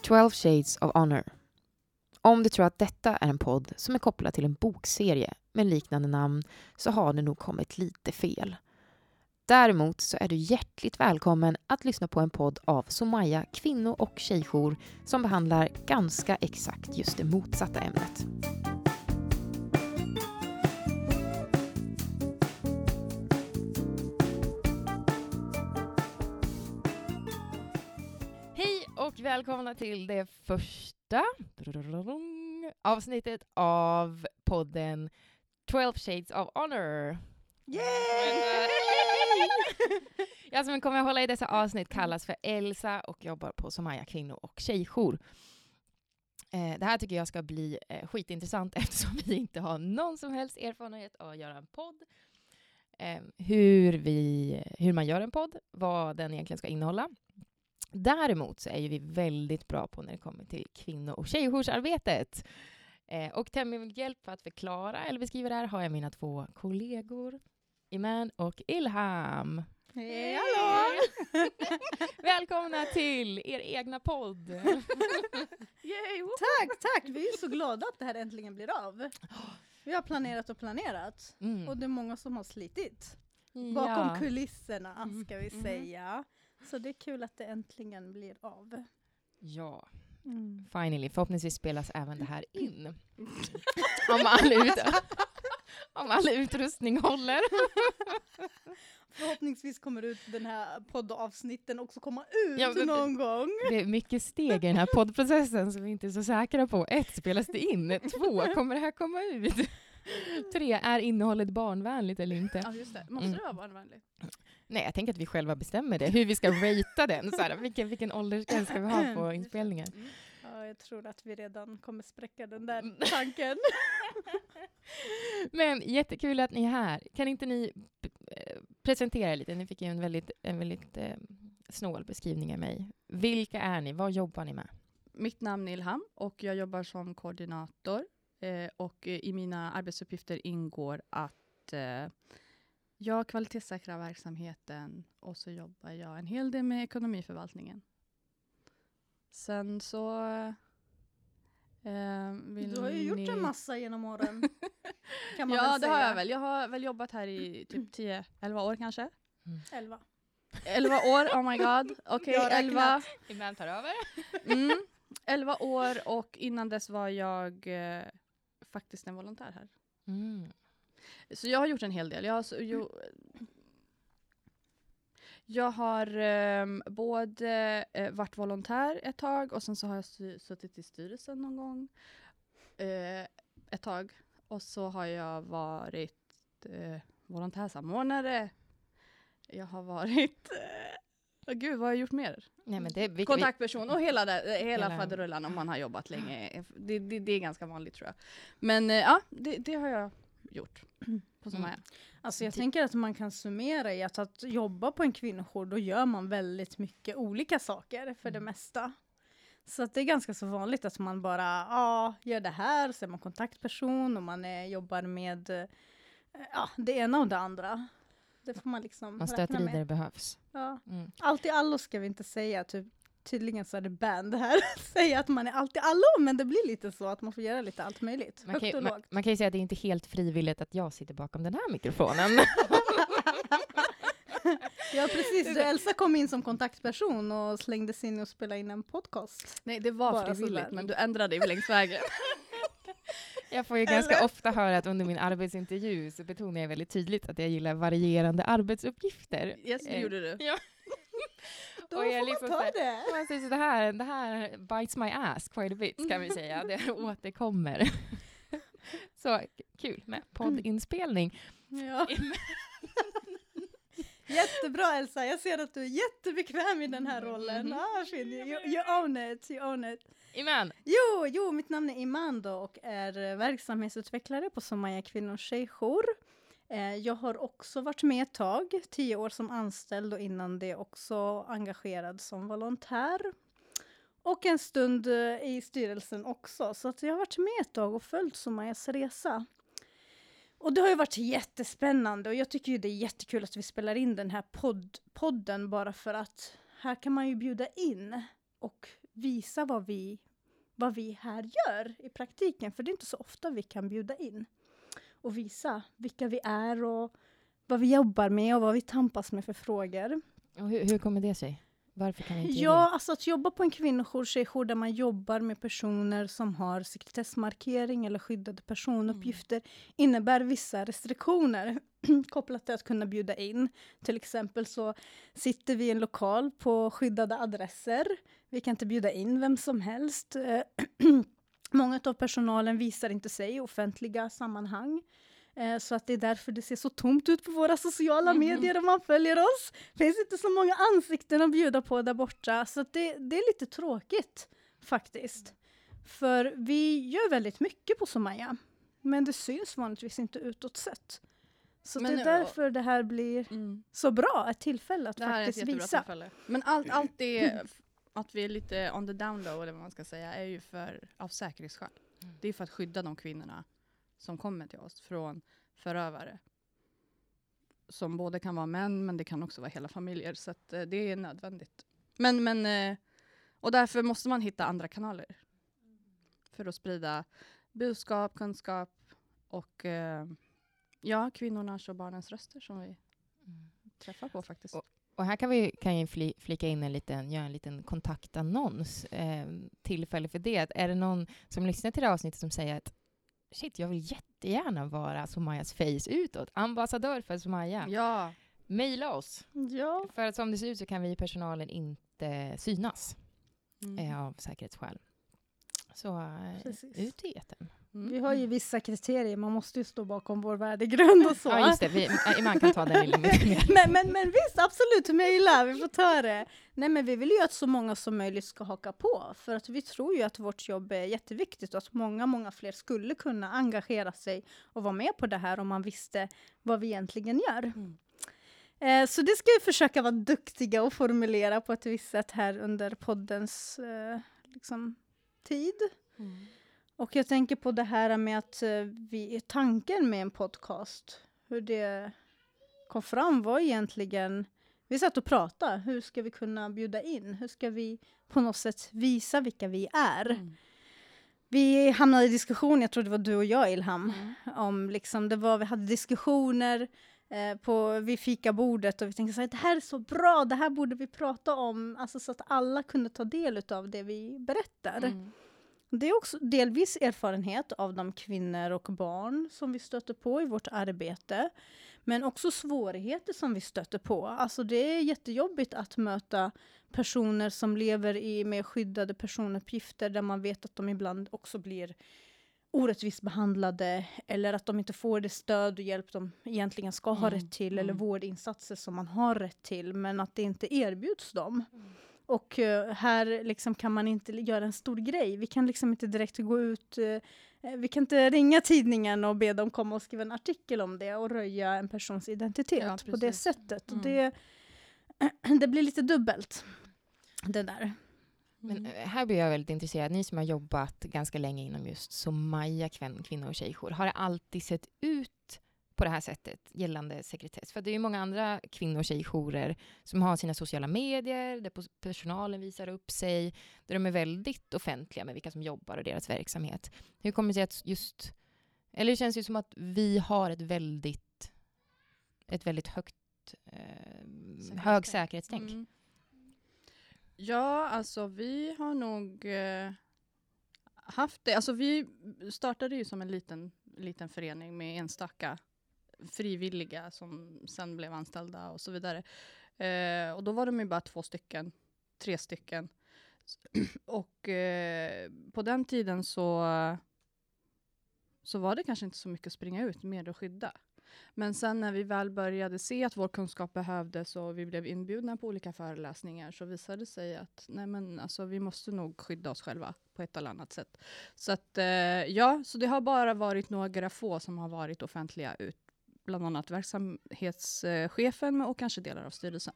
12 Shades of Honor. Om du tror att detta är en podd som är kopplad till en bokserie med liknande namn så har det nog kommit lite fel. Däremot så är du hjärtligt välkommen att lyssna på en podd av Somaya kvinno- och tjejjour som behandlar ganska exakt just det motsatta ämnet. Hej och välkomna till det första avsnittet av podden 12 Shades of Honor. Yay! Jag som kommer att hålla i dessa avsnitt kallas för Elsa och jobbar på Somaya kvinno- och tjejjour. Det här tycker jag ska bli skitintressant eftersom vi inte har någon som helst erfarenhet av att göra en podd. Hur man gör en podd, vad den egentligen ska innehålla. Däremot så är ju vi väldigt bra på när det kommer till kvinno- och tjejjoursarbetet. Och till min hjälp för att förklara eller beskriva det här har jag mina två kollegor, Iman och Ilham. Hej, hallå! Välkomna till er egna podd. Yay, tack! Vi är så glada att det här äntligen blir av. Vi har planerat och planerat. Och det är många som har slitit. Bakom kulisserna ska vi säga. Så det är kul att det äntligen blir av. Ja. Finally. Förhoppningsvis spelas även det här in. Om all utrustning håller. Förhoppningsvis kommer ut den här poddavsnitten också komma ut någon gång. Det är mycket steg i den här poddprocessen som vi inte är så säkra på. 1. Spelas det in? 2. Kommer det här komma ut? 3. Är innehållet barnvänligt eller inte? Ja, just det. Måste det vara barnvänligt? Nej, jag tänker att vi själva bestämmer det. Hur vi ska ratea den. Så här, vilken åldersgräns ska vi ha på inspelningen? Ja, jag tror att vi redan kommer spräcka den där tanken. Men jättekul att ni är här. Kan inte ni presentera lite? Ni fick ju en väldigt snål beskrivning av mig. Vilka är ni? Vad jobbar ni med? Mitt namn är Ilham och jag jobbar som koordinator. Och i mina arbetsuppgifter ingår att jag kvalitetssäkrar verksamheten och så jobbar jag en hel del med ekonomiförvaltningen. Sen så du har ju gjort en massa genom åren. Kan man ja, väl det säga. har jag väl. Jag har väl jobbat här i typ 10-11 år kanske. 11. 11 år, oh my god. Okej, 11. Ibland tar över. 11 år och innan dess var jag faktiskt en volontär här. Så jag har gjort en hel del. Jag har både varit volontär ett tag och sen så har jag suttit i styrelsen någon gång ett tag. Och så har jag varit volontärsamordnare. Jag har varit... Gud, vad har jag gjort mer? Nej, men kontaktperson och hela faderullan om man har jobbat länge. Det är ganska vanligt tror jag. Men ja, det har jag gjort på Somaya. Alltså jag tänker att man kan summera i att jobba på en kvinnojour, då gör man väldigt mycket olika saker för det mesta. Så att det är ganska så vanligt att man bara gör det här, så är man kontaktperson och man jobbar med det ena och det andra. Det får man liksom man stöter i där det behövs. Ja. Allt i allo ska vi inte säga, tydligen så är det band här. Säga att man är allt i allo, men det blir lite så att man får göra lite allt möjligt. Man kan ju säga att det är inte helt frivilligt att jag sitter bakom den här mikrofonen. Ja, precis. Elsa kom in som kontaktperson och slängdes in och spelade in en podcast. Nej, det var bara frivilligt, men du ändrade dig längs vägen. Jag får ju ganska ofta höra att under min arbetsintervju så betonar jag väldigt tydligt att jag gillar varierande arbetsuppgifter. Yes, det gjorde du. Ja. Då får man ta det. Så det här bites my ass quite a bit, kan vi säga. Det återkommer. Så kul med poddinspelning. Ja. Jättebra Elsa, jag ser att du är jättebekväm i den här rollen. You own it. Iman. Jo, mitt namn är Iman då och är verksamhetsutvecklare på Somaya kvinno- och tjejjour. Jag har också varit med ett tag, 10 år som anställd och innan det också engagerad som volontär. Och en stund i styrelsen också, så att jag har varit med ett tag och följt Somayas resa. Och det har ju varit jättespännande och jag tycker ju det är jättekul att vi spelar in den här podden bara för att här kan man ju bjuda in och visa vad vi här gör i praktiken. För det är inte så ofta vi kan bjuda in och visa vilka vi är och vad vi jobbar med och vad vi tampas med för frågor. Och hur kommer det sig? Varför kan vi inte göra Ja, det? alltså att jobba på en kvinnojour, tjejjour där man jobbar med personer som har sekretessmarkering eller skyddade personuppgifter innebär vissa restriktioner kopplat till att kunna bjuda in. Till exempel så sitter vi i en lokal på skyddade adresser. Vi kan inte bjuda in vem som helst. Många av personalen visar inte sig i offentliga sammanhang. Så att det är därför det ser så tomt ut på våra sociala medier om man följer oss. Det finns inte så många ansikten att bjuda på där borta. Så att det är lite tråkigt faktiskt. För vi gör väldigt mycket på Somaya. Men det syns vanligtvis inte utåt sett. Så Men det är därför det här blir så bra ett tillfälle att det här faktiskt är ett jättebra visa. tillfälle. Men allt det att vi är lite on the down low, eller vad man ska säga, är ju av säkerhetsskäl. Det är för att skydda de kvinnorna som kommer till oss från förövare. Som både kan vara män, men det kan också vara hela familjer. Så att, det är nödvändigt. Och därför måste man hitta andra kanaler. För att sprida budskap, kunskap och kvinnornas och barnens röster som vi träffar på faktiskt. Och här kan jag flika in göra en liten kontaktannons. Tillfälle för det. Är det någon som lyssnar till det här avsnittet som säger att shit, jag vill jättegärna vara Somayas face utåt. Ambassadör för Somaya. Ja. Maila oss. Ja. För att som det ser ut så kan vi i personalen inte synas av säkerhetsskäl. Så ut i etern. Vi har ju vissa kriterier. Man måste ju stå bakom vår värdegrund och så. Ja, just det. Man kan ta den lite mer. Men visst, absolut, mejla. Vi får ta det. Nej, men vi vill ju att så många som möjligt ska haka på. För att vi tror ju att vårt jobb är jätteviktigt. Och att många fler skulle kunna engagera sig och vara med på det här om man visste vad vi egentligen gör. Så det ska vi försöka vara duktiga och formulera på ett visst sätt här under poddens tid. Och jag tänker på det här med att tanken med en podcast, hur det kom fram var egentligen, vi satt och pratade, hur ska vi kunna bjuda in? Hur ska vi på något sätt visa vilka vi är? Vi hamnade i diskussion, jag tror det var du och jag, Ilham, om vi hade diskussioner vid fikabordet och vi tänkte så här, det här är så bra, det här borde vi prata om, alltså så att alla kunde ta del av det vi berättar. Det är också delvis erfarenhet av de kvinnor och barn som vi stöter på i vårt arbete. Men också svårigheter som vi stöter på. Alltså det är jättejobbigt att möta personer som lever med skyddade personuppgifter där man vet att de ibland också blir orättvist behandlade eller att de inte får det stöd och hjälp de egentligen ska ha rätt till eller vårdinsatser som man har rätt till men att det inte erbjuds dem. Och här kan man inte göra en stor grej. Vi kan inte direkt gå ut. Vi kan inte ringa tidningen och be dem komma och skriva en artikel om det och röja en persons identitet på det sättet. Och det blir lite dubbelt, det där. Men här blir jag väldigt intresserad. Ni som har jobbat ganska länge inom just Somaya kvinnor och tjejjour. Har det alltid sett ut på det här sättet gällande sekretess? För det är ju många andra kvinnor och tjejjourer som har sina sociala medier, där personalen visar upp sig, där de är väldigt offentliga med vilka som jobbar och deras verksamhet. Hur kommer det sig att eller det känns ju som att vi har ett väldigt hög säkerhetstänk. Ja, alltså vi har nog haft det. Alltså vi startade ju som en liten förening med enstaka frivilliga som sen blev anställda och så vidare. Och då var de ju bara 3 stycken. Och på den tiden så var det kanske inte så mycket att springa ut med och skydda. Men sen när vi väl började se att vår kunskap behövdes och vi blev inbjudna på olika föreläsningar så visade det sig att vi måste nog skydda oss själva på ett eller annat sätt. Så att så det har bara varit några få som har varit offentliga ut. Bland annat verksamhetschefen och kanske delar av styrelsen.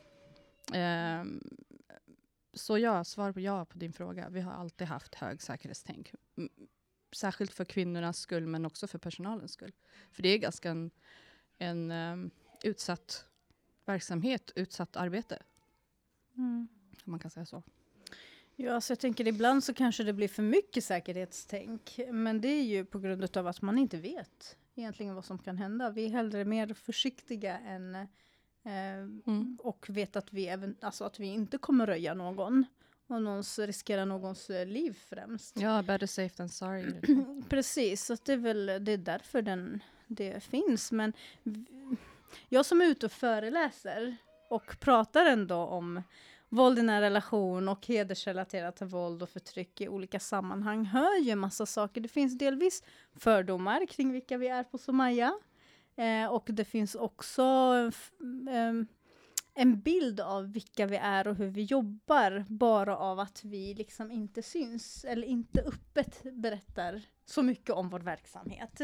Så svar på din fråga. Vi har alltid haft hög säkerhetstänk. Särskilt för kvinnornas skull men också för personalens skull. För det är ganska en utsatt verksamhet, utsatt arbete. Om man kan säga så. Ja, så jag tänker ibland så kanske det blir för mycket säkerhetstänk. Men det är ju på grund av att man inte vet egentligen vad som kan hända. Vi är hellre mer försiktiga än och vet att vi, att vi inte kommer röja någon. Och riskerar någons liv främst. Ja, better safe than sorry. Precis, så det är därför det finns. Men jag som är ute och föreläser och pratar ändå om våld i nära relation och hedersrelaterat våld och förtryck i olika sammanhang hör ju en massa saker. Det finns delvis fördomar kring vilka vi är på Somaia. Och det finns också en bild av vilka vi är och hur vi jobbar bara av att vi liksom inte syns eller inte öppet berättar så mycket om vår verksamhet.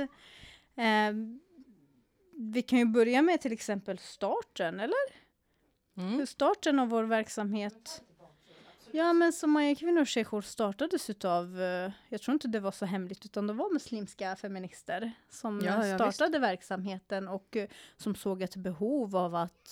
Vi kan ju börja med till exempel starten, eller? Starten av vår verksamhet. Ja, men Somaia Kvinnor och Tjejjour startades utav, jag tror inte det var så hemligt, utan det var muslimska feminister som startade verksamheten och som såg ett behov av att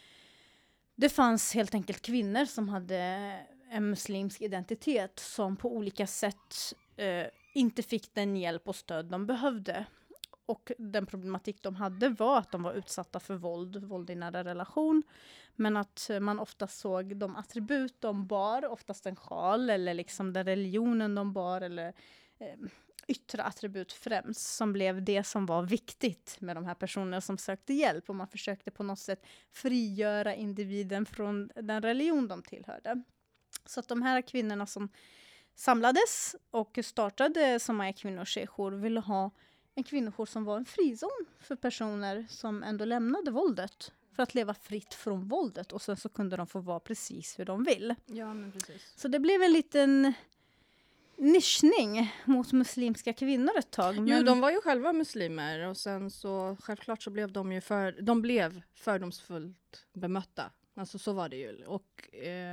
det fanns helt enkelt kvinnor som hade en muslimsk identitet som på olika sätt inte fick den hjälp och stöd de behövde. Och den problematik de hade var att de var utsatta för våld i nära relation. Men att man ofta såg de attribut de bar, oftast en sjal eller liksom den religionen de bar eller yttre attribut främst, som blev det som var viktigt med de här personerna som sökte hjälp. Och man försökte på något sätt frigöra individen från den religion de tillhörde. Så att de här kvinnorna som samlades och startade Somaia Kvinnor och Tjejjour ville ha en kvinnojour som var en frizon för personer som ändå lämnade våldet. För att leva fritt från våldet. Och sen så kunde de få vara precis hur de vill. Ja, men precis. Så det blev en liten nischning mot muslimska kvinnor ett tag. Jo, de var ju själva muslimer. Och sen så självklart så blev de ju fördomsfullt bemötta. Alltså så var det ju. Och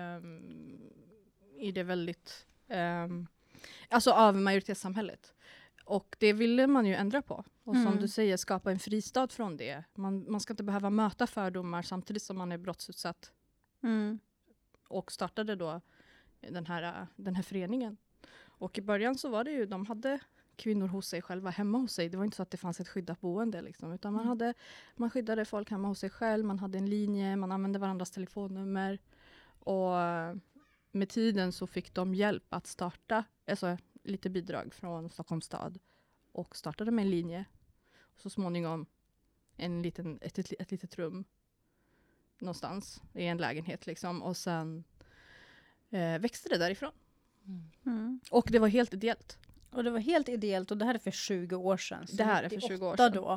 i det väldigt alltså av majoritetssamhället. Och det ville man ju ändra på. Och som du säger, skapa en fristad från det. Man ska inte behöva möta fördomar samtidigt som man är brottsutsatt. Och startade då den här föreningen. Och i början så var det ju, de hade kvinnor hos sig själva, hemma hos sig. Det var inte så att det fanns ett skyddat boende liksom. Utan man skyddade folk hemma hos sig själv. Man hade en linje, man använde varandras telefonnummer. Och med tiden så fick de hjälp att starta, alltså lite bidrag från Stockholms stad och startade med en linje. Så småningom ett litet rum någonstans i en lägenhet liksom. Och sen växte det därifrån. Och det var helt ideellt. Och det var helt ideellt, och det här är för 20 år sedan. Det här är för 20 år sedan. Då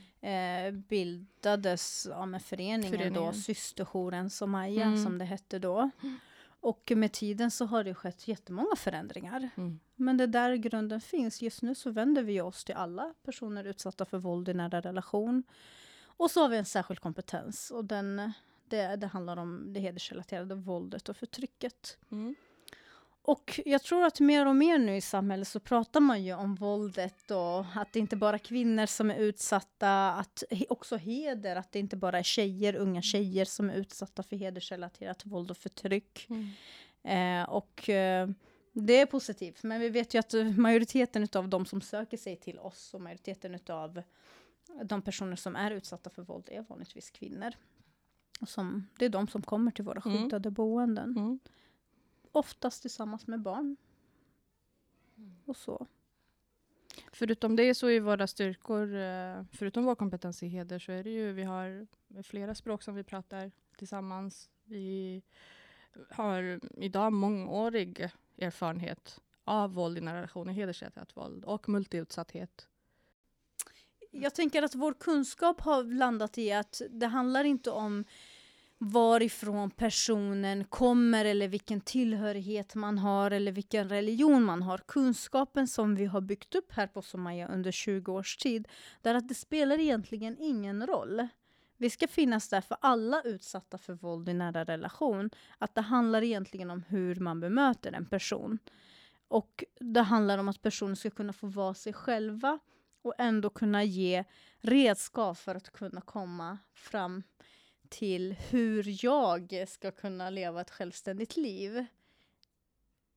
bildades med föreningen då, systerjouren Somaia som det hette då. Och med tiden så har det skett jättemånga förändringar. Men det där grunden finns. Just nu så vänder vi oss till alla personer utsatta för våld i nära relation. Och så har vi en särskild kompetens. Och det handlar om det hedersrelaterade våldet och förtrycket. Och jag tror att mer och mer nu i samhället så pratar man ju om våldet och att det inte bara är kvinnor som är utsatta, att också heder, att det inte bara är unga tjejer som är utsatta för hedersrelaterat våld och förtryck. Och det är positivt, men vi vet ju att majoriteten av de som söker sig till oss och majoriteten av de personer som är utsatta för våld är vanligtvis kvinnor. Och det är de som kommer till våra skyddade boenden. Oftast tillsammans med barn. Och så. Förutom det så är våra styrkor, förutom vår kompetens i heder, så är det ju, vi har flera språk som vi pratar tillsammans. Vi har idag mångårig erfarenhet av våld i nära relationer, hedersrelaterat våld och multiutsatthet. Jag tänker att vår kunskap har landat i att det handlar inte om varifrån personen kommer eller vilken tillhörighet man har eller vilken religion man har. Kunskapen som vi har byggt upp här på Somaia under 20 års tid, där att det spelar egentligen ingen roll. Vi ska finnas där för alla utsatta för våld i nära relation. Att det handlar egentligen om hur man bemöter en person. Och det handlar om att personen ska kunna få vara sig själva och ändå kunna ge redskap för att kunna komma fram till hur jag ska kunna leva ett självständigt liv.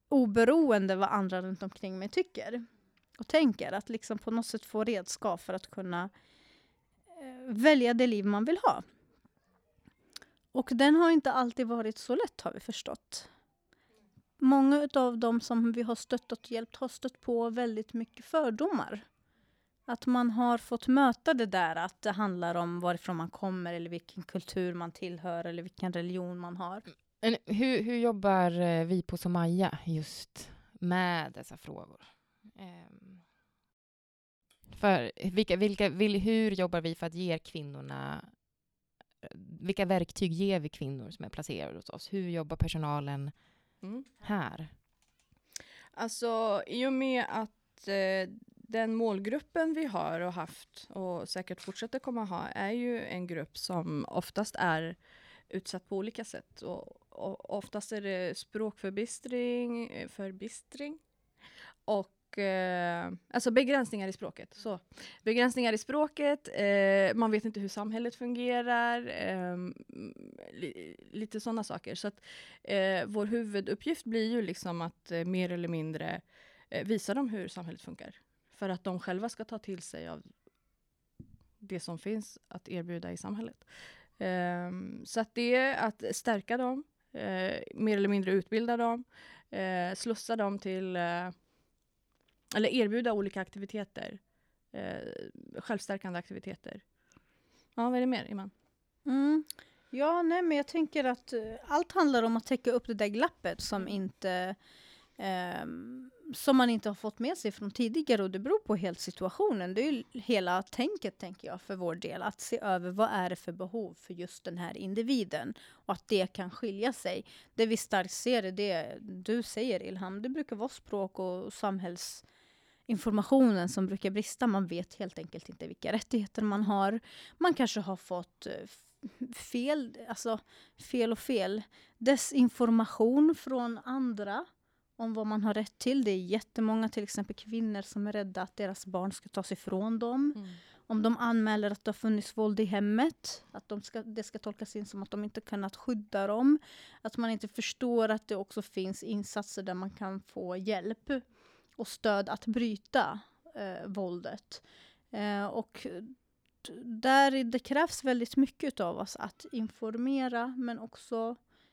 oberoende vad andra runt omkring mig tycker och tänker. Att liksom på något sätt få redskap för att kunna välja det liv man vill ha. Och den har inte alltid varit så lätt, har vi förstått. Många av dem som vi har stöttat och hjälpt har stött på väldigt mycket fördomar. Att man har fått möta det där att det handlar om varifrån man kommer eller vilken kultur man tillhör eller vilken religion man har. Men hur jobbar vi på Somaya just med dessa frågor? Hur jobbar vi för att ge kvinnorna... Vilka verktyg ger vi kvinnor som är placerade hos oss? Hur jobbar personalen här? Alltså, i och med att den målgruppen vi har och haft och säkert fortsätter komma ha är ju en grupp som oftast är utsatt på olika sätt. Och oftast är det språkförbistring och alltså begränsningar i språket. Så, begränsningar i språket, man vet inte hur samhället fungerar, lite sådana saker. Så att vår huvuduppgift blir ju liksom att mer eller mindre visa dem hur samhället funkar. För att de själva ska ta till sig av det som finns att erbjuda i samhället. Så att det är att stärka dem, mer eller mindre utbilda dem, slussa dem till, eller erbjuda olika aktiviteter, självstärkande aktiviteter. Ja, vad är det mer, Iman? Ja, nej, men jag tänker att allt handlar om att täcka upp det där glappet som inte... som man inte har fått med sig från tidigare, och det beror på helt situationen. Det är ju hela tänket, tänker jag, för vår del, att se över vad är det för behov för just den här individen och att det kan skilja sig. Det vi starkt ser är det du säger, Ilham, det brukar vara språk och samhällsinformationen som brukar brista. Man vet helt enkelt inte vilka rättigheter man har. Man kanske har fått fel, desinformation från andra om vad man har rätt till. Det är jättemånga, till exempel kvinnor, som är rädda att deras barn ska tas ifrån dem. Om de anmäler att det har funnits våld i hemmet, att det ska tolkas in som att de inte kunnat skydda dem. Att man inte förstår att det också finns insatser där man kan få hjälp och stöd att bryta våldet. Och det krävs väldigt mycket av oss att informera, men också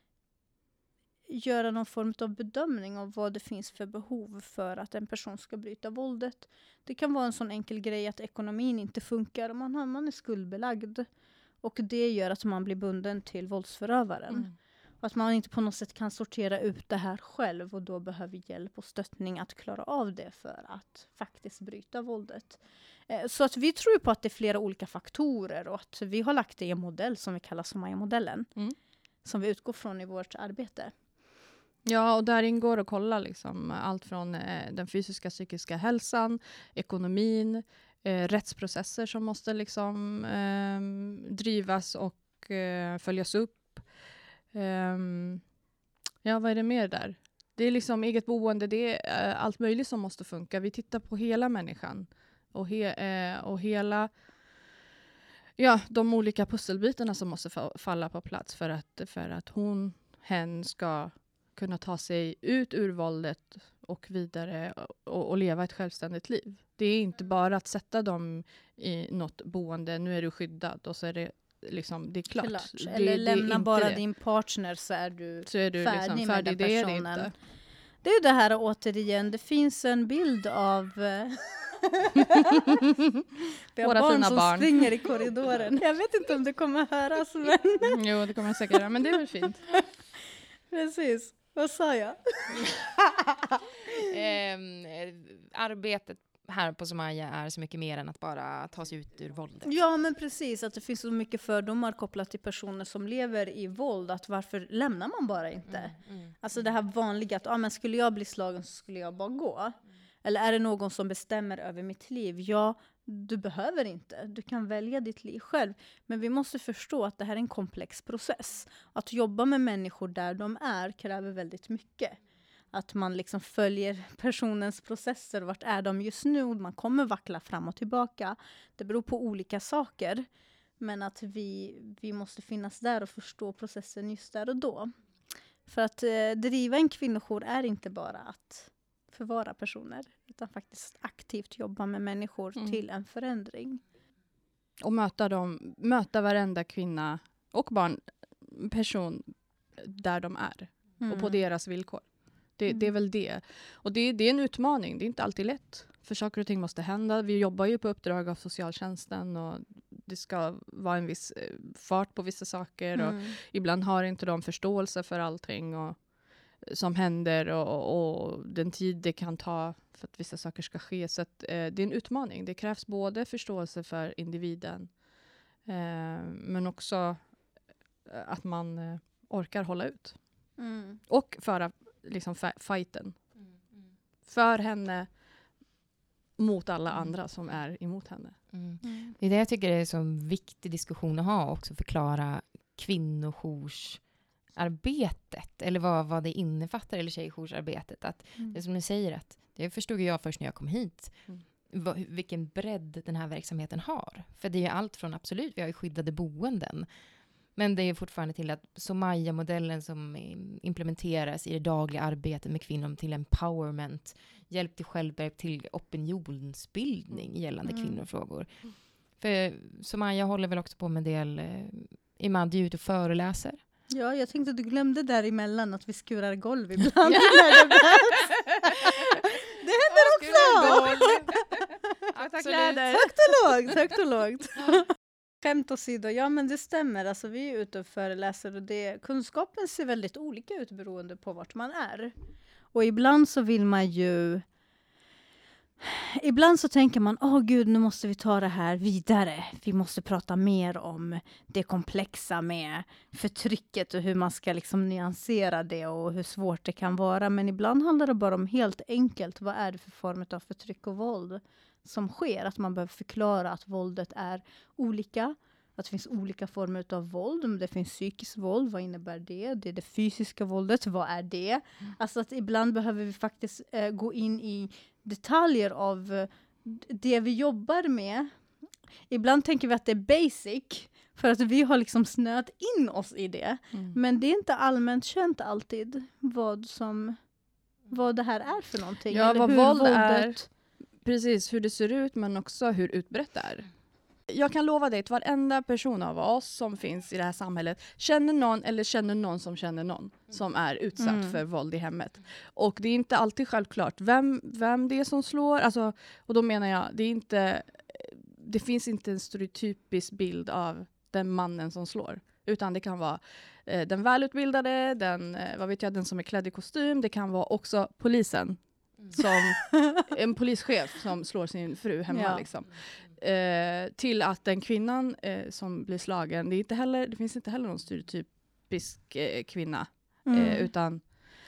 göra någon form av bedömning av vad det finns för behov för att en person ska bryta våldet. Det kan vara en sån enkel grej att ekonomin inte funkar, man är skuldbelagd. Och det gör att man blir bunden till våldsförövaren. Och att man inte på något sätt kan sortera ut det här själv, och då behöver hjälp och stöttning att klara av det för att faktiskt bryta våldet. Så att vi tror på att det är flera olika faktorer, och att vi har lagt det i en modell som vi kallar Somaya-modellen. Som vi utgår från i vårt arbete. Ja, och där ingår att kolla liksom allt från den fysiska psykiska hälsan, ekonomin, rättsprocesser som måste liksom drivas och följas upp. Ja, vad är det mer där? Det är liksom eget boende, det är allt möjligt som måste funka. Vi tittar på hela människan och hela de olika pusselbitarna som måste falla på plats för att hen ska kunna ta sig ut ur våldet och vidare och leva ett självständigt liv. Det är inte bara att sätta dem i något boende, nu är du skyddad och så är det liksom, det är klart. Eller lämna bara din partner så är du färdig med den personen. Det är ju det här återigen, det finns en bild av vi har barn som springer i korridoren. Jag vet inte om det kommer höras, men jo, det kommer jag säkert göra, men det är väl fint. Precis. Vad sa jag? Arbetet här på Somaya är så mycket mer än att bara ta sig ut ur våldet. Ja, men precis. Att det finns så mycket fördomar kopplat till personer som lever i våld. Att varför lämnar man bara inte? Alltså det här vanliga att men skulle jag bli slagen så skulle jag bara gå. Eller är det någon som bestämmer över mitt liv? Ja, du behöver inte. Du kan välja ditt liv själv. Men vi måste förstå att det här är en komplex process. Att jobba med människor där de är kräver väldigt mycket. Att man liksom följer personens processer. Vart är de just nu? Man kommer vackla fram och tillbaka. Det beror på olika saker. Men att vi måste finnas där och förstå processen just där och då. För att driva en kvinnojour är inte bara att förvara personer, utan faktiskt aktivt jobba med människor till en förändring. Och möta varenda kvinna och person där de är. Och på deras villkor. Det är väl det. Och det är en utmaning. Det är inte alltid lätt. För saker och ting måste hända. Vi jobbar ju på uppdrag av socialtjänsten. Och det ska vara en viss fart på vissa saker. Och ibland har inte de förståelse för allting som händer. Och den tid det kan ta för att vissa saker ska ske. Så att, det är en utmaning. Det krävs både förståelse för individen. Men också att man orkar hålla ut. Och föra liksom fighten. För henne mot alla andra som är emot henne. Det är det jag tycker är en så viktig diskussion att ha. Också förklara kvinnojoursarbetet. Eller vad det innefattar. Eller tjejjoursarbetet. Att det som ni säger, att det förstod jag först när jag kom hit. Vilken bredd den här verksamheten har. För det är allt från absolut, vi har ju skyddade boenden. Men det är fortfarande till att Somaya-modellen som implementeras i det dagliga arbetet med kvinnor till empowerment, hjälp till självhjälp, till opinionsbildning gällande kvinnofrågor. För Somaya håller väl också på med en del, Imad är ute och föreläser. Ja, jag tänkte att du glömde däremellan att vi skurar golv ibland. När det behövs. Det händer också! Högt och lågt. Skämt åsido, ja men det stämmer. Alltså, vi är ute och föreläser och kunskapen ser väldigt olika ut beroende på vart man är. Och ibland så vill man ju... Ibland så tänker man, gud, nu måste vi ta det här vidare. Vi måste prata mer om det komplexa med förtrycket och hur man ska liksom nyansera det och hur svårt det kan vara. Men ibland handlar det bara om helt enkelt, vad är det för form av förtryck och våld som sker? Att man behöver förklara att våldet är olika. Att det finns olika former av våld. Om det finns psykiskt våld, vad innebär det? Det är det fysiska våldet, vad är det? Alltså att ibland behöver vi faktiskt gå in i detaljer av det vi jobbar med. Ibland tänker vi att det är basic. För att vi har liksom snöat in oss i det. Men det är inte allmänt känt alltid vad det här är för någonting. Ja, eller vad hur våld våldet är. Precis, hur det ser ut men också hur utbrett det är. Jag kan lova dig att varenda person av oss som finns i det här samhället känner någon eller känner någon som är utsatt för våld i hemmet. Och det är inte alltid självklart vem det är som slår. Alltså, och då menar jag, det finns inte en stereotypisk bild av den mannen som slår. Utan det kan vara den välutbildade, den som är klädd i kostym. Det kan vara också polisen. Som en polischef som slår sin fru hemma. Ja. Liksom. Till att den kvinnan som blir slagen, det finns inte heller någon stereotypisk kvinna. Utan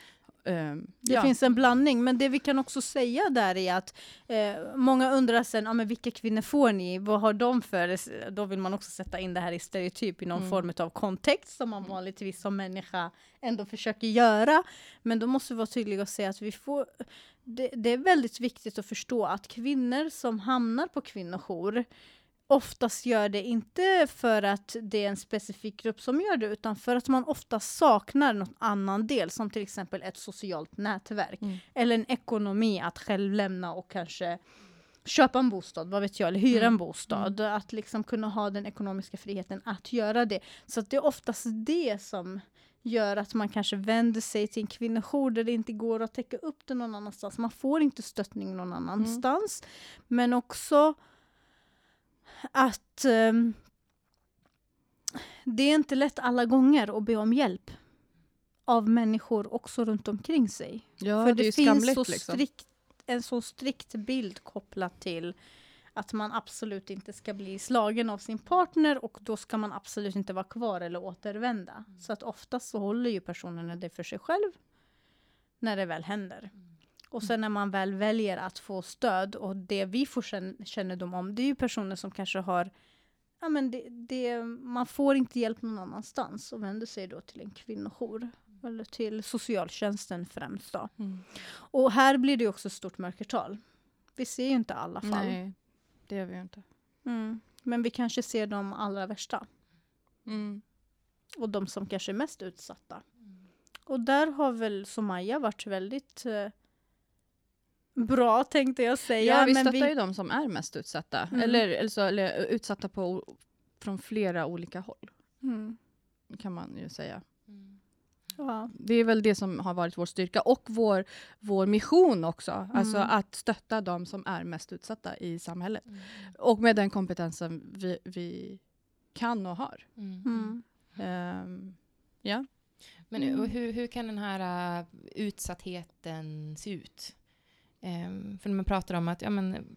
det finns en blandning, men det vi kan också säga där är att många undrar sen, men vilka kvinnor får ni? Vad har de för? Då vill man också sätta in det här i stereotyp i någon form av kontext som man vanligtvis som människa ändå försöker göra. Men då måste vi vara tydliga och säga att det är väldigt viktigt att förstå att kvinnor som hamnar på kvinnojour oftast gör det inte för att det är en specifik grupp som gör det, utan för att man ofta saknar något annan del, som till exempel ett socialt nätverk eller en ekonomi att själv lämna och kanske köpa en bostad, vad vet jag, eller hyra en bostad. Att liksom kunna ha den ekonomiska friheten att göra det. Så att det är oftast det som gör att man kanske vänder sig till en kvinnojour där det inte går att täcka upp det någon annanstans. Man får inte stöttning någon annanstans. Men också att det är inte lätt alla gånger att be om hjälp av människor också runt omkring sig. Ja, för det finns en så strikt bild kopplat till att man absolut inte ska bli slagen av sin partner, och då ska man absolut inte vara kvar eller återvända. Så att oftast så håller ju personen det för sig själv när det väl händer. Och sen när man väl väljer att få stöd, och det vi får kännedom om, det är ju personer som kanske har, man får inte hjälp någon annanstans och vänder sig då till en kvinnojour eller till socialtjänsten främst då. Och här blir det också ett stort mörkertal. Vi ser ju inte alla fall. Nej, det gör vi ju inte. Men vi kanske ser de allra värsta. Och de som kanske är mest utsatta. Och där har väl Somaya varit väldigt bra, tänkte jag säga. Ja, vi men stöttar ju de som är mest utsatta. Eller utsatta från flera olika håll. Kan man ju säga. Ja. Det är väl det som har varit vår styrka. Och vår mission också. Alltså att stötta de som är mest utsatta i samhället. Och med den kompetensen vi kan och har. Ja. Men hur kan den här utsattheten se ut? För när man pratar om att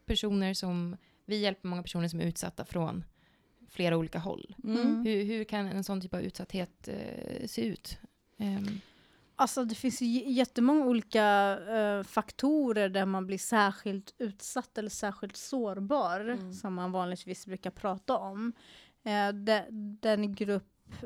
vi hjälper många personer som är utsatta från flera olika håll. Hur kan en sån typ av utsatthet se ut? Alltså det finns jättemånga olika faktorer där man blir särskilt utsatt eller särskilt sårbar, som man vanligtvis brukar prata om. Den grupp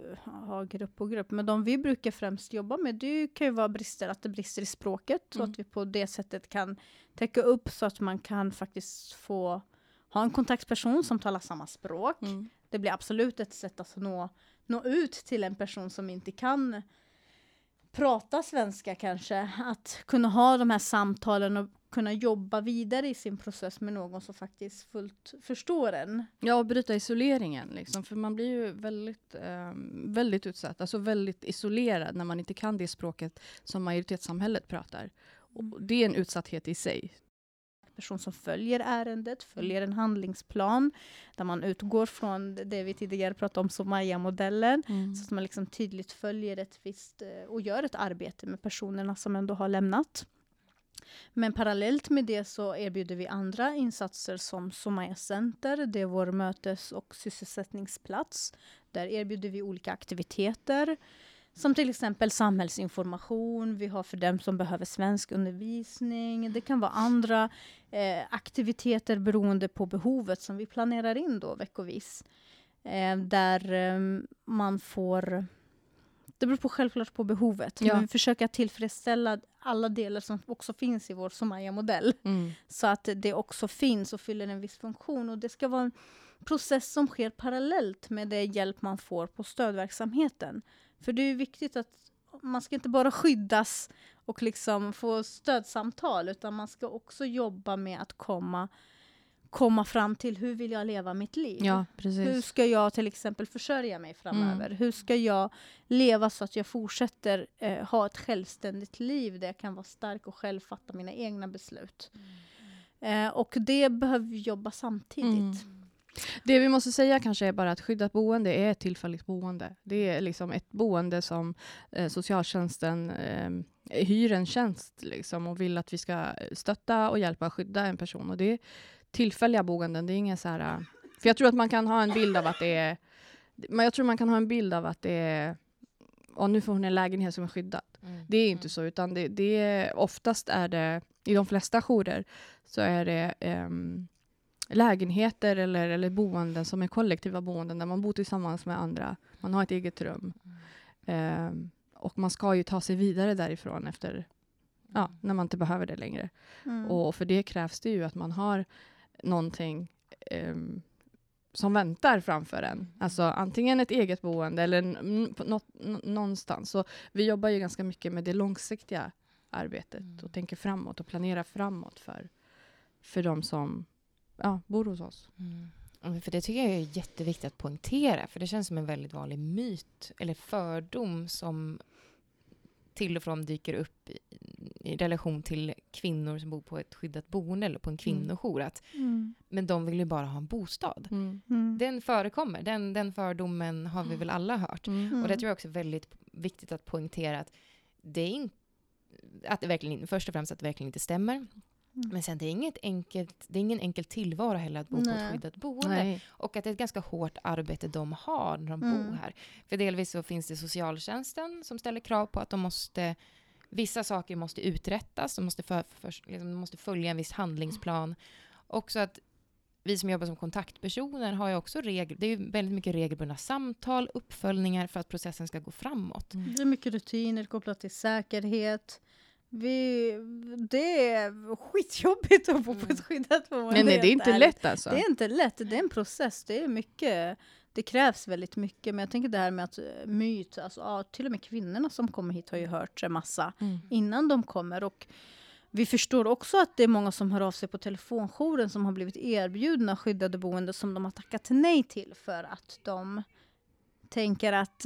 på grupp, men de vi brukar främst jobba med, det kan ju vara att det brister i språket, så att vi på det sättet kan täcka upp så att man kan faktiskt få ha en kontaktperson som talar samma språk. Det blir absolut ett sätt att nå ut till en person som inte kan prata svenska kanske. Att kunna ha de här samtalen och kunna jobba vidare i sin process med någon som faktiskt fullt förstår en. Ja, och bryta isoleringen liksom. För man blir ju väldigt utsatt. Alltså väldigt isolerad när man inte kan det språket som majoritetssamhället pratar. Och det är en utsatthet i sig. Person som följer ärendet, följer en handlingsplan där man utgår från det vi tidigare pratade om, Somaya-modellen, så att man liksom tydligt följer ett visst och gör ett arbete med personerna som ändå har lämnat. Men parallellt med det så erbjuder vi andra insatser som Somaya Center, det är vår mötes- och sysselsättningsplats. Där erbjuder vi olika aktiviteter. Som till exempel samhällsinformation, vi har för dem som behöver svensk undervisning. Det kan vara andra aktiviteter beroende på behovet som vi planerar in då veckovis. Där man får... Det beror självklart på behovet. Ja. Men vi försöker tillfredsställa alla delar som också finns i vår Somaya-modell. Så att det också finns och fyller en viss funktion. Och det ska vara en process som sker parallellt med det hjälp man får på stödverksamheten. För det är viktigt att man ska inte bara skyddas och liksom få stödsamtal, utan man ska också jobba med att komma fram till hur vill jag leva mitt liv. Ja, precis. Hur ska jag till exempel försörja mig framöver? Hur ska jag leva så att jag fortsätter ha ett självständigt liv där jag kan vara stark och själv fatta mina egna beslut. Och det behöver vi jobba samtidigt. Det vi måste säga kanske är bara att skyddat boende är ett tillfälligt boende. Det är liksom ett boende som socialtjänsten hyr en tjänst liksom, och vill att vi ska stötta och hjälpa att skydda en person. Och det är tillfälliga boenden, det är inga så här... För jag tror att man kan ha en bild av att det är... Men jag tror man kan ha en bild av att det är... Och nu får hon en lägenhet som är skyddat. Det är inte så, utan det är, oftast är det... I de flesta jourer så är det... lägenheter eller boenden som är kollektiva boenden där man bor tillsammans med andra. Man har ett eget rum. Och man ska ju ta sig vidare därifrån efter när man inte behöver det längre. Och för det krävs det ju att man har någonting som väntar framför en. Alltså antingen ett eget boende eller någonstans. Så vi jobbar ju ganska mycket med det långsiktiga arbetet och tänker framåt och planerar framåt för de som bor hos oss. För det tycker jag är jätteviktigt att poängtera. För det känns som en väldigt vanlig myt eller fördom som till och från dyker upp i relation till kvinnor som bor på ett skyddat boende eller på en kvinnojour. Men de vill ju bara ha en bostad. Den förekommer. Den fördomen har vi väl alla hört. Och det tror jag också är väldigt viktigt att poängtera att det är att det verkligen, först och främst att det verkligen inte stämmer. Men sen det är ingen enkel tillvaro heller att bo på ett skyddat boende. Nej. Och att det är ett ganska hårt arbete de har när de bor här. För delvis så finns det socialtjänsten som ställer krav på att vissa saker måste uträttas. De måste följa en viss handlingsplan. Också att vi som jobbar som kontaktpersoner har ju också det är väldigt mycket regelbundna samtal, uppföljningar för att processen ska gå framåt. Det är mycket rutiner kopplat till säkerhet. Det är skitjobbigt att bo på ett skyddat boende. Nej, det är inte lätt alltså. Det är inte lätt, det är en process. Det är mycket, det krävs väldigt mycket. Men jag tänker det här med att myt, alltså, till och med kvinnorna som kommer hit har ju hört en massa innan de kommer. Och vi förstår också att det är många som hör av sig på telefonjouren som har blivit erbjudna skyddade boende som de har tackat nej till för att de tänker att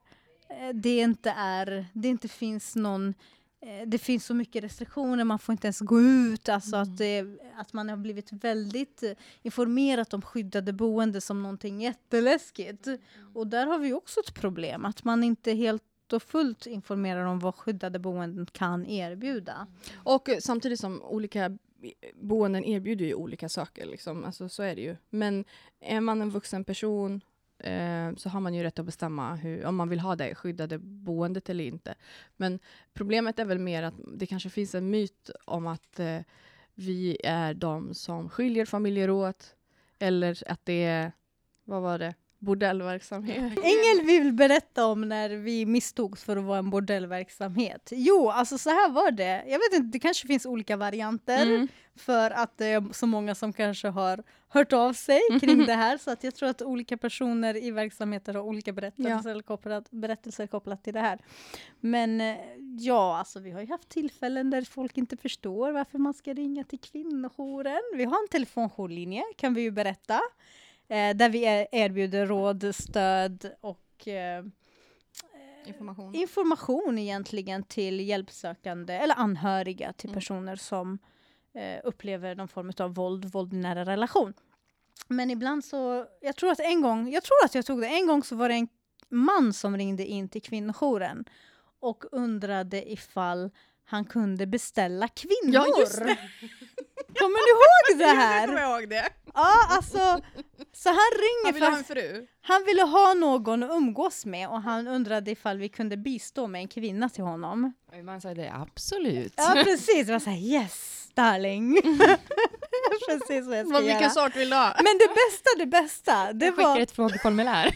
det finns någon. Det finns så mycket restriktioner, man får inte ens gå ut. Alltså att man har blivit väldigt informerat om skyddade boende som någonting jätteläskigt. Och där har vi också ett problem, att man inte helt och fullt informerar om vad skyddade boenden kan erbjuda. Och samtidigt som olika boenden erbjuder ju olika saker. Liksom. Alltså, så är det ju. Men är man en vuxen person så har man ju rätt att bestämma om man vill ha det skyddade boendet eller inte. Men problemet är väl mer att det kanske finns en myt om att vi är de som skiljer familjer åt. Eller att det är, vad var det? Bordellverksamhet. Engel vill berätta om när vi misstogs för att vara en bordellverksamhet. Jo, alltså så här var det. Jag vet inte, det kanske finns olika varianter för att det är så många som kanske har hört av sig kring det här. Så att jag tror att olika personer i verksamheter har olika berättelser kopplat till det här. Men ja, alltså vi har ju haft tillfällen där folk inte förstår varför man ska ringa till kvinnojouren. Vi har en telefonjourlinje, kan vi ju berätta. Där vi erbjuder råd, stöd och information egentligen till hjälpsökande eller anhöriga till personer som upplever någon form av våld i nära relation. Men ibland så, jag tror att jag tog det en gång, så var det en man som ringde in till kvinnojouren och undrade ifall han kunde beställa kvinnor. Ja, just det. Kommer du ihåg det här? Jag kommer ihåg det. Ja, alltså, så han ringer. Han ville ha en fru. Han ville ha någon att umgås med och han undrade ifall vi kunde bistå med en kvinna till honom. Man sa det, absolut. Ja, precis. Det var så här, yes, darling. Precis vad jag ska göra. Vilken sort vill du ha? Men det bästa, det var... Jag skickar ett frågeformulär.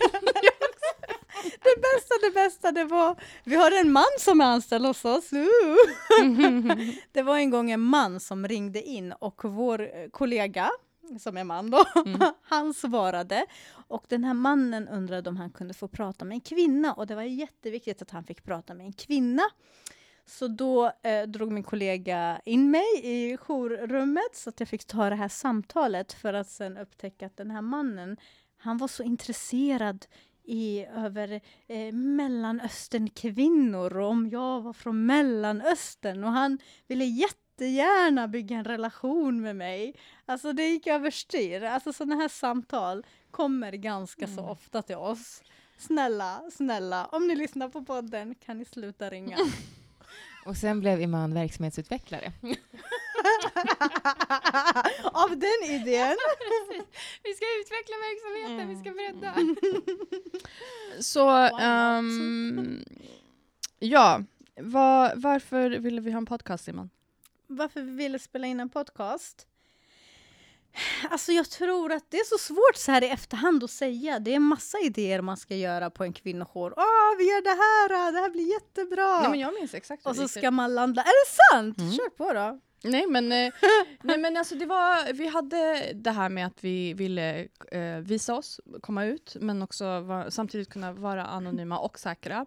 Det bästa, det var... Vi har en man som är anställd hos oss. Det var en gång en man som ringde in och vår kollega, som är man då, han svarade. Och den här mannen undrade om han kunde få prata med en kvinna. Och det var jätteviktigt att han fick prata med en kvinna. Så då drog min kollega in mig i jourrummet så att jag fick ta det här samtalet för att sen upptäcka att den här mannen, han var så intresserad över Mellanösternkvinnor och om jag var från Mellanöstern och han ville jättegärna bygga en relation med mig. Alltså det gick överstyr. Alltså sådana här samtal kommer ganska så ofta till oss. Snälla, om ni lyssnar på podden kan ni sluta ringa. Och sen blev Iman verksamhetsutvecklare. Av den idén. Vi ska utveckla verksamheten, vi ska bredda. Så, varför ville vi ha en podcast, Iman? Varför vi ville spela in en podcast? Alltså jag tror att det är så svårt så här i efterhand att säga. Det är en massa idéer man ska göra på en kvinnojour. Vi gör det här blir jättebra. Nej, men jag minns exakt. Och så ska man landa. Är det sant? Kör på då. Nej men alltså vi hade det här med att vi ville visa oss, komma ut, men också samtidigt kunna vara anonyma och säkra.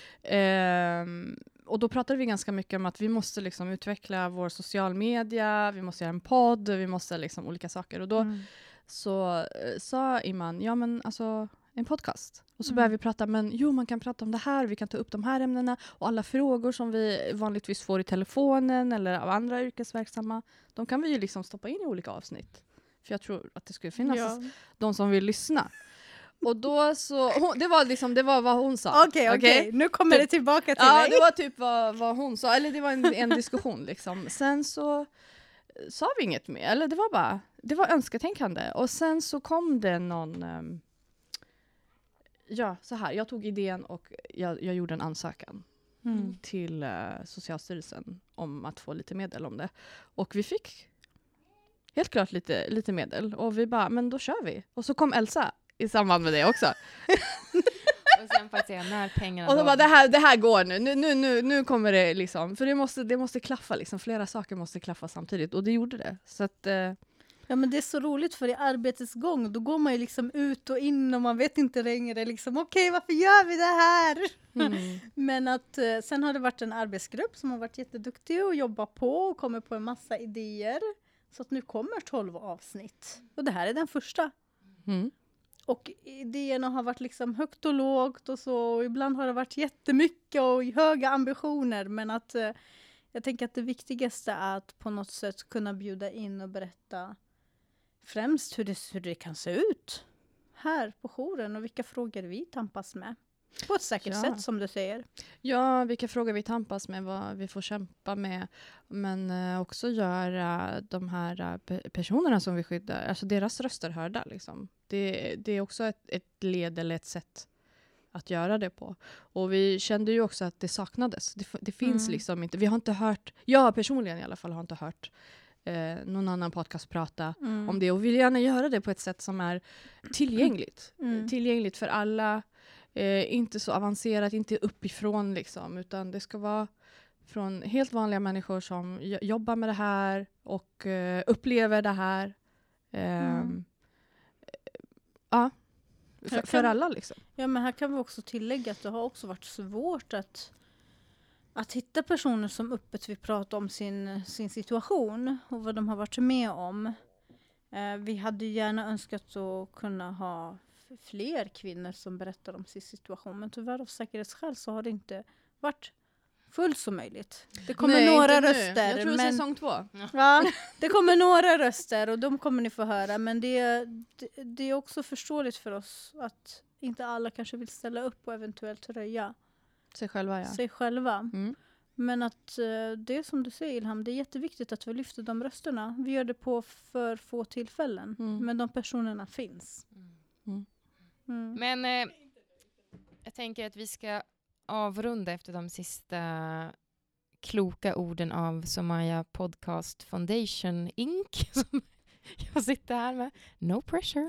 Och då pratade vi ganska mycket om att vi måste liksom utveckla vår social media, vi måste göra en podd, vi måste liksom olika saker. Och då så sa Iman, ja men alltså en podcast. Och så började vi prata, men man kan prata om det här, vi kan ta upp de här ämnena och alla frågor som vi vanligtvis får i telefonen eller av andra yrkesverksamma, de kan vi ju liksom stoppa in i olika avsnitt. För jag tror att det skulle finnas de som vill lyssna. Och då så, det var vad hon sa. Okej. Nu kommer det tillbaka till mig. Ja, det var typ vad hon sa, eller det var en diskussion liksom. Sen så sa vi inget mer, eller det var önsketänkande. Och sen så kom det någon... så här. Jag tog idén och jag gjorde en ansökan till Socialstyrelsen om att få lite medel om det. Och vi fick helt klart lite medel. Och vi bara, men då kör vi. Och så kom Elsa i samband med det också. Och verkligen för att se när pengarna... Och så bara, det här går nu kommer det liksom. För det måste klaffa liksom. Flera saker måste klaffa samtidigt. Och det gjorde det. Så att... Ja, men det är så roligt för i arbetets gång, då går man ju liksom ut och in och man vet inte längre liksom, okej, varför gör vi det här? Men att sen har det varit en arbetsgrupp som har varit jätteduktig och jobbat på och kommit på en massa idéer. Så att nu kommer 12 avsnitt. Och det här är den första. Och idéerna har varit liksom högt och lågt och så. Och ibland har det varit jättemycket och höga ambitioner. Men att jag tänker att det viktigaste är att på något sätt kunna bjuda in och berätta främst hur det kan se ut här på jouren och vilka frågor vi tampas med. På ett säkert sätt som du säger. Ja, vilka frågor vi tampas med, vad vi får kämpa med. Men också göra de här personerna som vi skyddar, alltså deras röster hörda. Liksom. Det är också ett led eller ett sätt att göra det på. Och vi kände ju också att det saknades. Det finns liksom inte. Vi har inte hört, jag personligen i alla fall har inte hört någon annan podcast prata om det. Och vill gärna göra det på ett sätt som är tillgängligt. Tillgängligt för alla. Inte så avancerat, inte uppifrån liksom. Utan det ska vara från helt vanliga människor som jobbar med det här och upplever det här. Ja. För alla liksom. Ja, men här kan vi också tillägga att det har också varit svårt att hitta personer som öppet vill prata om sin situation och vad de har varit med om. Vi hade ju gärna önskat att kunna ha fler kvinnor som berättar om sin situation, men tyvärr av säkerhetsskäl så har det inte varit fullt så möjligt. Det kommer några röster. Jag tror säsong 2. Ja, det kommer några röster och de kommer ni få höra, men det är också förståeligt för oss att inte alla kanske vill ställa upp och eventuellt röja sig själva, ja. sig själva. Men att det är som du säger, Ilham, det är jätteviktigt att vi lyfter de rösterna. Vi gör det på för få tillfällen, men de personerna finns. Men jag tänker att vi ska avrunda efter de sista kloka orden av Somaya Podcast Foundation Inc. Som jag sitter här med. No pressure.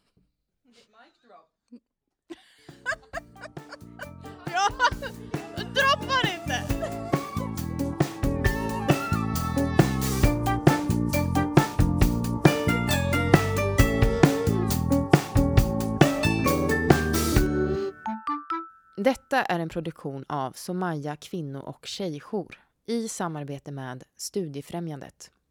Ja, droppar inte! Detta är en produktion av Somaya kvinno- och tjejjour i samarbete med Studiefrämjandet.